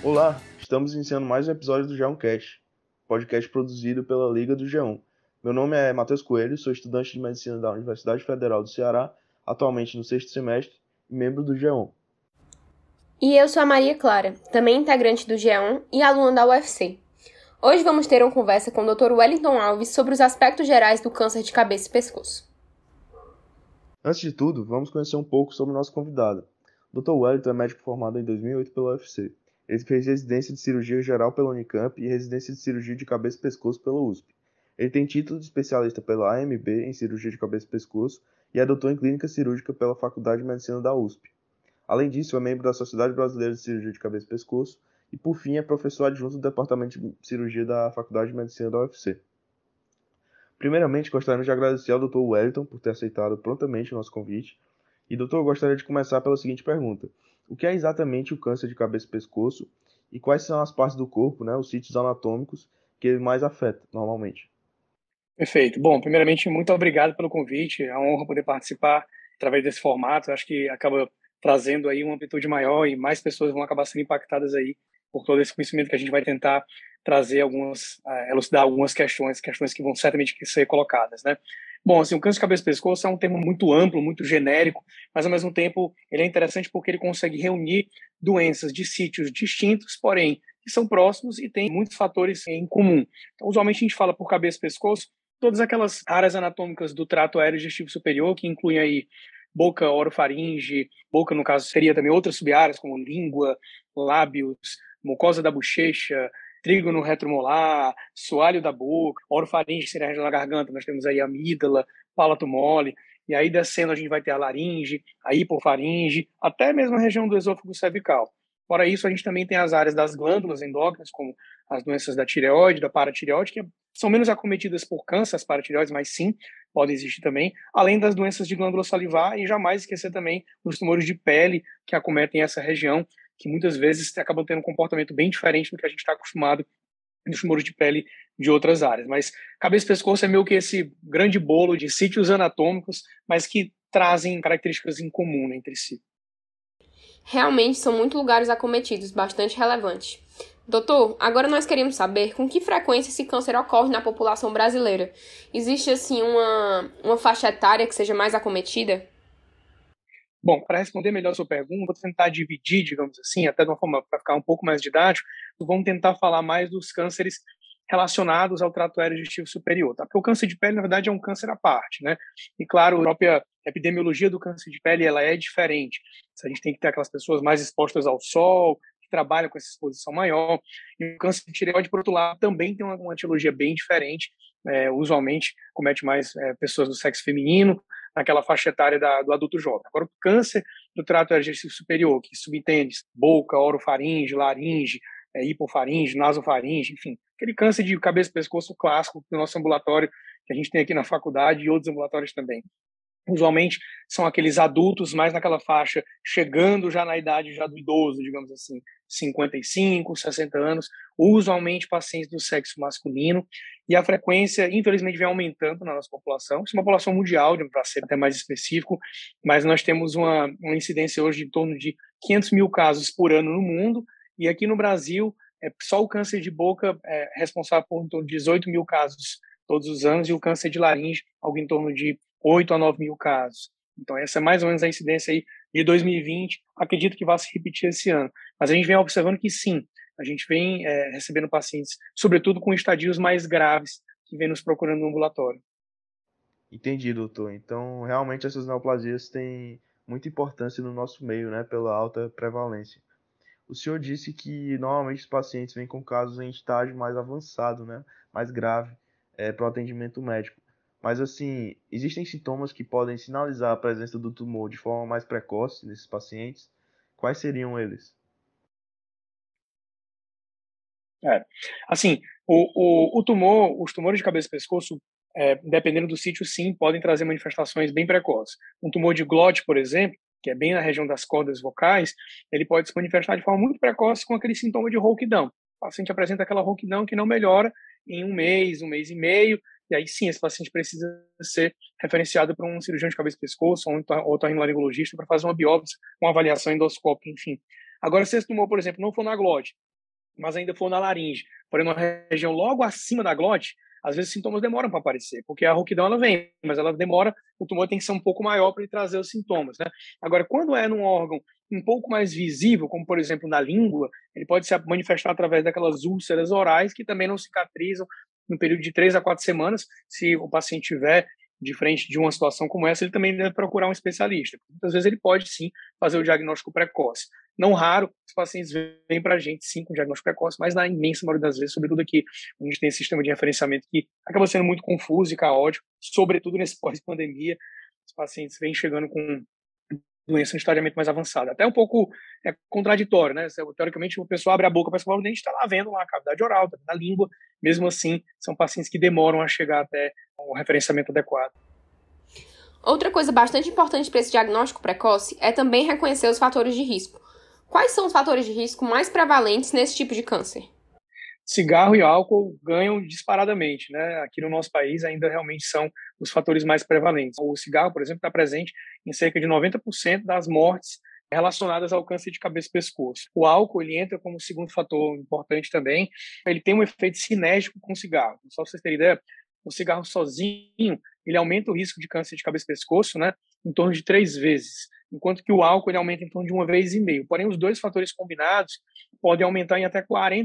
Olá, estamos iniciando mais um episódio do G1 Cast, podcast produzido pela Liga do G1. Meu nome é Matheus Coelho, sou estudante de medicina da Universidade Federal do Ceará, atualmente no sexto semestre e membro do G1. E eu sou a Maria Clara, também integrante do G1 e aluna da UFC. Hoje vamos ter uma conversa com o Dr. Wellington Alves sobre os aspectos gerais do câncer de cabeça e pescoço. Antes de tudo, vamos conhecer um pouco sobre o nosso convidado. Dr. Wellington é médico formado em 2008 pela UFC. Ele fez residência de cirurgia geral pela Unicamp e residência de cirurgia de cabeça e pescoço pela USP. Ele tem título de especialista pela AMB em cirurgia de cabeça e pescoço e é doutor em clínica cirúrgica pela Faculdade de Medicina da USP. Além disso, é membro da Sociedade Brasileira de Cirurgia de Cabeça e Pescoço e, por fim, é professor adjunto do Departamento de Cirurgia da Faculdade de Medicina da UFC. Primeiramente, gostaríamos de agradecer ao Dr. Wellington por ter aceitado prontamente o nosso convite. E, doutor, eu gostaria de começar pela seguinte pergunta: o que é exatamente o câncer de cabeça e pescoço e quais são as partes do corpo, os sítios anatômicos que ele mais afeta normalmente? Perfeito. Bom, primeiramente, muito obrigado pelo convite. É uma honra poder participar através desse formato. Acho que acaba trazendo aí uma amplitude maior e mais pessoas vão acabar sendo impactadas aí por todo esse conhecimento que a gente vai tentar trazer elucidar algumas questões que vão certamente ser colocadas, né? Bom, assim, o câncer de cabeça e pescoço é um termo muito amplo, muito genérico, mas ao mesmo tempo ele é interessante porque ele consegue reunir doenças de sítios distintos, porém que são próximos e têm muitos fatores em comum. Então, usualmente a gente fala por cabeça e pescoço todas aquelas áreas anatômicas do trato aéreo digestivo superior, que incluem aí boca, orofaringe, boca, no caso, seria também outras subáreas, como língua, lábios, mucosa da bochecha, trígono retromolar, soalho da boca, orofaringe, que seria a região da garganta, nós temos aí a amígdala, palato mole, e aí descendo a gente vai ter a laringe, a hipofaringe, até mesmo a região do esôfago cervical. Fora isso, a gente também tem as áreas das glândulas endócrinas, como as doenças da tireoide, da paratireoide, que são menos acometidas por câncer, as paratireoides, mas sim, podem existir também, além das doenças de glândula salivar e jamais esquecer também os tumores de pele que acometem essa região, que muitas vezes acabam tendo um comportamento bem diferente do que a gente está acostumado nos tumores de pele de outras áreas. Mas cabeça e pescoço é meio que esse grande bolo de sítios anatômicos, mas que trazem características em comum, né, entre si. Realmente são muitos lugares acometidos, bastante relevantes. Doutor, agora nós queríamos saber com que frequência esse câncer ocorre na população brasileira. Existe, assim, uma faixa etária que seja mais acometida? Bom, para responder melhor a sua pergunta, vou tentar dividir, digamos assim, até de uma forma para ficar um pouco mais didático, vamos tentar falar mais dos cânceres relacionados ao trato aéreo digestivo superior, tá? Porque o câncer de pele, na verdade, é um câncer à parte, né? E, claro, a própria epidemiologia do câncer de pele, ela é diferente. A gente tem que ter aquelas pessoas mais expostas ao sol, que trabalham com essa exposição maior. E o câncer de tireoide, por outro lado, também tem uma etiologia bem diferente. Usualmente, comete mais pessoas do sexo feminino, naquela faixa etária do adulto jovem. Agora, o câncer do trato digestivo superior, que subentende boca, orofaringe, laringe, hipofaringe, nasofaringe, enfim, aquele câncer de cabeça e pescoço clássico do nosso ambulatório, que a gente tem aqui na faculdade e outros ambulatórios também. Usualmente são aqueles adultos mais naquela faixa, chegando já na idade já do idoso, digamos assim, 55, 60 anos, usualmente pacientes do sexo masculino, e a frequência, infelizmente, vem aumentando na nossa população. Isso é uma população mundial, para ser até mais específico, mas nós temos uma incidência hoje de em torno de 500 mil casos por ano no mundo, e aqui no Brasil, só o câncer de boca é responsável por em torno de 18 mil casos todos os anos, e o câncer de laringe, algo em torno de 8 a 9 mil casos. Então, essa é mais ou menos a incidência aí de 2020. Acredito que vai se repetir esse ano. Mas a gente vem observando que sim, a gente vem recebendo pacientes, sobretudo com estadios mais graves, que vem nos procurando no ambulatório. Entendi, doutor. Então, realmente essas neoplasias têm muita importância no nosso meio, pela alta prevalência. O senhor disse que normalmente os pacientes vêm com casos em estágio mais avançado, mais grave, para o atendimento médico. Mas assim, existem sintomas que podem sinalizar a presença do tumor de forma mais precoce nesses pacientes? Quais seriam eles? É. Assim, o tumor, os tumores de cabeça e pescoço, dependendo do sítio, sim, podem trazer manifestações bem precoces. Um tumor de glote, por exemplo, que é bem na região das cordas vocais, ele pode se manifestar de forma muito precoce com aquele sintoma de rouquidão. O paciente apresenta aquela rouquidão que não melhora em um mês e meio, e aí sim, esse paciente precisa ser referenciado para um cirurgião de cabeça e pescoço ou um otorrinolaringologista para fazer uma biópsia, uma avaliação endoscópica, enfim. Agora, se esse tumor, por exemplo, não for na glote, mas ainda for na laringe, porém numa região logo acima da glote, às vezes os sintomas demoram para aparecer, porque a rouquidão ela vem, mas ela demora, o tumor tem que ser um pouco maior para ele trazer os sintomas, né? Agora, quando é num órgão um pouco mais visível, como por exemplo na língua, ele pode se manifestar através daquelas úlceras orais que também não cicatrizam no período de 3 a 4 semanas. Se o paciente tiver de frente de uma situação como essa, ele também deve procurar um especialista. Muitas vezes ele pode sim fazer o diagnóstico precoce. Não raro, os pacientes vêm para a gente sim com diagnóstico precoce, mas na imensa maioria das vezes, sobretudo aqui, a gente tem esse sistema de referenciamento que acaba sendo muito confuso e caótico, sobretudo nesse pós-pandemia, os pacientes vêm chegando com doença no estadiamento mais avançado. Até um pouco contraditório, né? Teoricamente, o pessoal abre a boca para escovar o dente, está lá vendo lá a cavidade oral, tá na língua. Mesmo assim, são pacientes que demoram a chegar até o referenciamento adequado. Outra coisa bastante importante para esse diagnóstico precoce é também reconhecer os fatores de risco. Quais são os fatores de risco mais prevalentes nesse tipo de câncer? Cigarro e álcool ganham disparadamente, né? Aqui no nosso país ainda realmente são os fatores mais prevalentes. O cigarro, por exemplo, está presente em cerca de 90% das mortes relacionadas ao câncer de cabeça e pescoço. O álcool, ele entra como segundo fator importante também. Ele tem um efeito sinérgico com o cigarro. Só para vocês terem ideia, o cigarro sozinho, ele aumenta o risco de câncer de cabeça e pescoço, né, em torno de 3 vezes, enquanto que o álcool ele aumenta em torno de 1,5 vez. Porém, os dois fatores combinados podem aumentar em até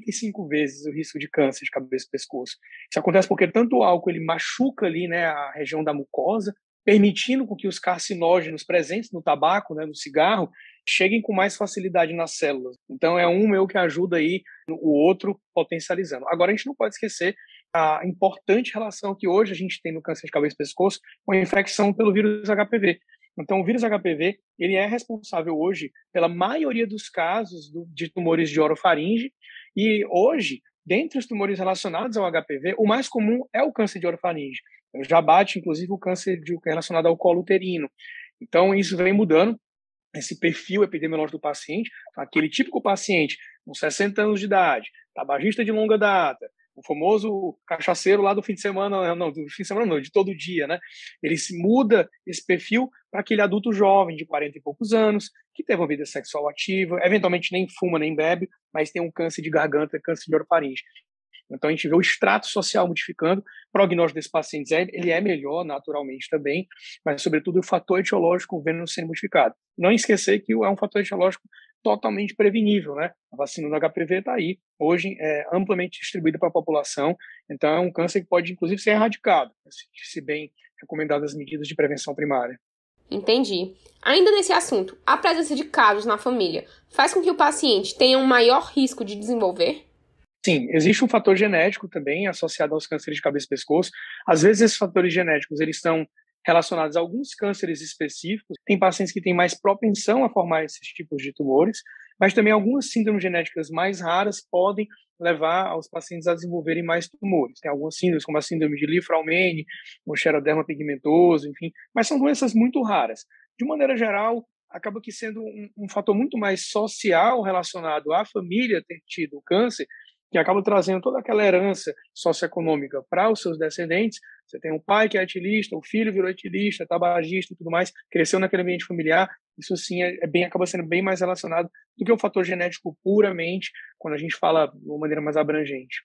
45 vezes o risco de câncer de cabeça e pescoço. Isso acontece porque tanto o álcool ele machuca ali, né, a região da mucosa, permitindo com que os carcinógenos presentes no tabaco, né, no cigarro, cheguem com mais facilidade nas células. Então, é um meio que ajuda aí o outro potencializando. Agora, a gente não pode esquecer a importante relação que hoje a gente tem no câncer de cabeça e pescoço com a infecção pelo vírus HPV. Então, o vírus HPV ele é responsável hoje pela maioria dos casos de tumores de orofaringe e hoje, dentre os tumores relacionados ao HPV, o mais comum é o câncer de orofaringe. Já bate, inclusive, o câncer relacionado ao colo uterino. Então, isso vem mudando esse perfil epidemiológico do paciente, aquele típico paciente com 60 anos de idade, tabagista de longa data, o famoso cachaceiro lá do fim de semana, não, do fim de semana não, de todo dia, né? Ele se muda esse perfil para aquele adulto jovem de 40 e poucos anos, que teve uma vida sexual ativa, eventualmente nem fuma nem bebe, mas tem um câncer de garganta, câncer de orofaringe. Então, a gente vê o extrato social modificando, o prognóstico desses pacientes ele é melhor naturalmente também, mas, sobretudo, o fator etiológico vendo sendo modificado. Não esquecer que é um fator etiológico totalmente prevenível, né? A vacina do HPV está aí, hoje é amplamente distribuída para a população, então é um câncer que pode, inclusive, ser erradicado, se bem recomendadas as medidas de prevenção primária. Entendi. Ainda nesse assunto, a presença de casos na família faz com que o paciente tenha um maior risco de desenvolver? Sim, existe um fator genético também associado aos cânceres de cabeça e pescoço. Às vezes esses fatores genéticos eles estão relacionados a alguns cânceres específicos. Tem pacientes que têm mais propensão a formar esses tipos de tumores, mas também algumas síndromes genéticas mais raras podem levar aos pacientes a desenvolverem mais tumores. Tem algumas síndromes, como a síndrome de Li-Fraumeni, o xeroderma pigmentoso, enfim, mas são doenças muito raras. De maneira geral, acaba que sendo um fator muito mais social relacionado à família ter tido câncer, que acaba trazendo toda aquela herança socioeconômica para os seus descendentes. Você tem um pai que é etilista, o filho virou etilista, tabagista e tudo mais, cresceu naquele ambiente familiar. Isso sim acaba sendo bem mais relacionado do que o fator genético puramente, quando a gente fala de uma maneira mais abrangente.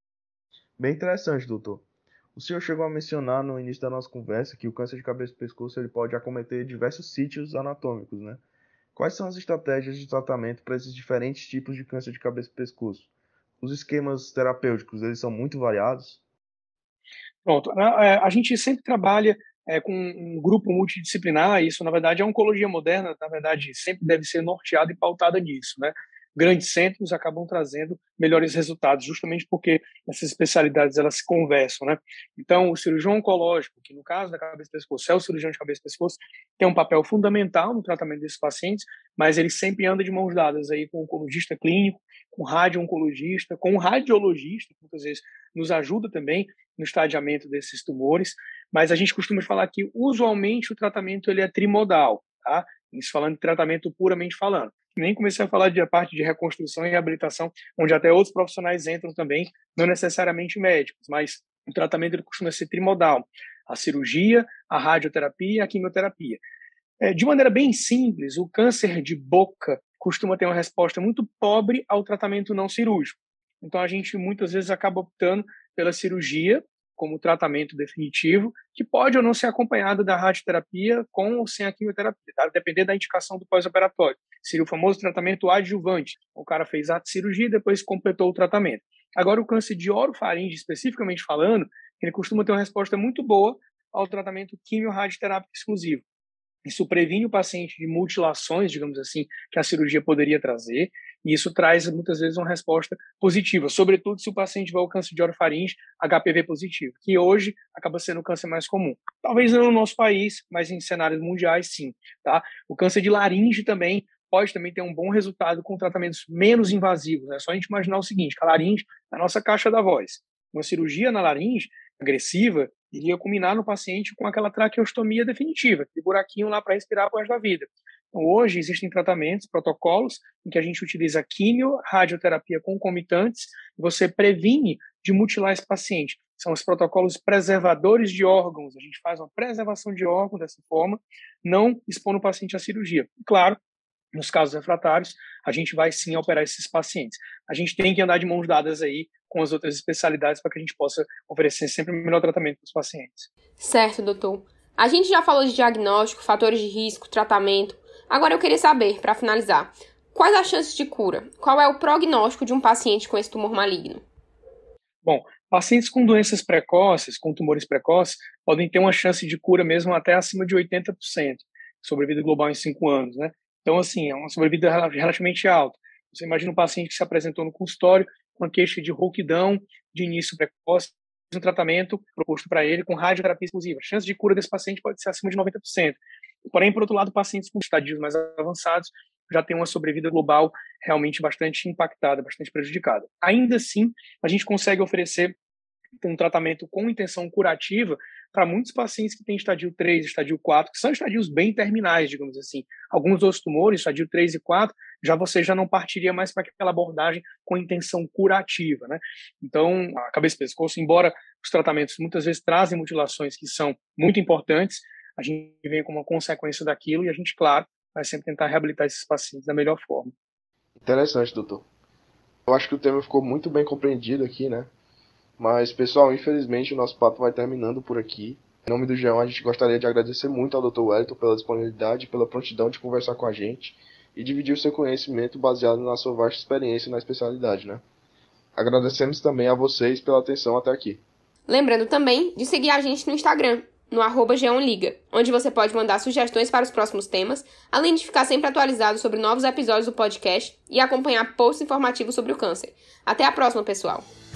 Bem interessante, doutor. O senhor chegou a mencionar no início da nossa conversa que o câncer de cabeça e pescoço ele pode acometer diversos sítios anatômicos, né? Quais são as estratégias de tratamento para esses diferentes tipos de câncer de cabeça e pescoço? Os esquemas terapêuticos, eles são muito variados? Pronto. A gente sempre trabalha com um grupo multidisciplinar, isso, na verdade, a oncologia moderna, na verdade, sempre deve ser norteada e pautada nisso, né? Grandes centros acabam trazendo melhores resultados, justamente porque essas especialidades, elas se conversam, né? Então, o cirurgião oncológico, que no caso da cabeça e pescoço é o cirurgião de cabeça e pescoço, tem um papel fundamental no tratamento desses pacientes, mas ele sempre anda de mãos dadas aí com o oncologista clínico, com o radio-oncologista, com o radiologista, que muitas vezes nos ajuda também no estadiamento desses tumores, mas a gente costuma falar que usualmente o tratamento ele é trimodal, tá? Isso falando de tratamento puramente falando. Nem comecei a falar de a parte de reconstrução e reabilitação, onde até outros profissionais entram também, não necessariamente médicos, mas o tratamento ele costuma ser trimodal: a cirurgia, a radioterapia e a quimioterapia. De maneira bem simples, o câncer de boca costuma ter uma resposta muito pobre ao tratamento não cirúrgico. Então, a gente muitas vezes acaba optando pela cirurgia como tratamento definitivo, que pode ou não ser acompanhado da radioterapia com ou sem a quimioterapia, tá? Depender da indicação do pós-operatório. Seria o famoso tratamento adjuvante. O cara fez a cirurgia e depois completou o tratamento. Agora, o câncer de orofaringe, especificamente falando, ele costuma ter uma resposta muito boa ao tratamento quimio-radioterápico exclusivo. Isso previne o paciente de mutilações, digamos assim, que a cirurgia poderia trazer, e isso traz, muitas vezes, uma resposta positiva, sobretudo se o paciente tiver o câncer de orofaringe HPV positivo, que hoje acaba sendo o câncer mais comum. Talvez não no nosso país, mas em cenários mundiais, sim. Tá? O câncer de laringe também pode também ter um bom resultado com tratamentos menos invasivos. É só a gente imaginar o seguinte, a laringe é a nossa caixa da voz. Uma cirurgia na laringe agressiva iria culminar no paciente com aquela traqueostomia definitiva, aquele buraquinho lá para respirar por resto da vida. Então, hoje existem tratamentos, protocolos, em que a gente utiliza químio, radioterapia concomitantes, e você previne de mutilar esse paciente. São os protocolos preservadores de órgãos. A gente faz uma preservação de órgãos dessa forma, não expondo o paciente à cirurgia. Claro, nos casos refratários, a gente vai sim operar esses pacientes. A gente tem que andar de mãos dadas aí com as outras especialidades para que a gente possa oferecer sempre o melhor tratamento para os pacientes. Certo, doutor. A gente já falou de diagnóstico, fatores de risco, tratamento. Agora eu queria saber, para finalizar, quais as chances de cura? Qual é o prognóstico de um paciente com esse tumor maligno? Bom, pacientes com doenças precoces, com tumores precoces, podem ter uma chance de cura mesmo até acima de 80%, sobrevida global em 5 anos, né? Então, assim, é uma sobrevida relativamente alta. Você imagina um paciente que se apresentou no consultório com uma queixa de rouquidão de início precoce, um tratamento proposto para ele com radioterapia exclusiva. A chance de cura desse paciente pode ser acima de 90%. Porém, por outro lado, pacientes com estadios mais avançados já têm uma sobrevida global realmente bastante impactada, bastante prejudicada. Ainda assim, a gente consegue oferecer um tratamento com intenção curativa para muitos pacientes que têm estadio 3, estadio 4, que são estadios bem terminais, digamos assim. Alguns outros tumores, estadio 3 e 4, você já não partiria mais para aquela abordagem com intenção curativa, né? Então, a cabeça e pescoço, embora os tratamentos muitas vezes trazem mutilações que são muito importantes, a gente vem como uma consequência daquilo e a gente, claro, vai sempre tentar reabilitar esses pacientes da melhor forma. Interessante, doutor. Eu acho que o tema ficou muito bem compreendido aqui, né? Mas, pessoal, infelizmente o nosso papo vai terminando por aqui. Em nome do Geão, a gente gostaria de agradecer muito ao Dr. Wellington pela disponibilidade e pela prontidão de conversar com a gente e dividir o seu conhecimento baseado na sua vasta experiência na especialidade, né? Agradecemos também a vocês pela atenção até aqui. Lembrando também de seguir a gente no Instagram, no @geonliga, onde você pode mandar sugestões para os próximos temas, além de ficar sempre atualizado sobre novos episódios do podcast e acompanhar posts informativos sobre o câncer. Até a próxima, pessoal!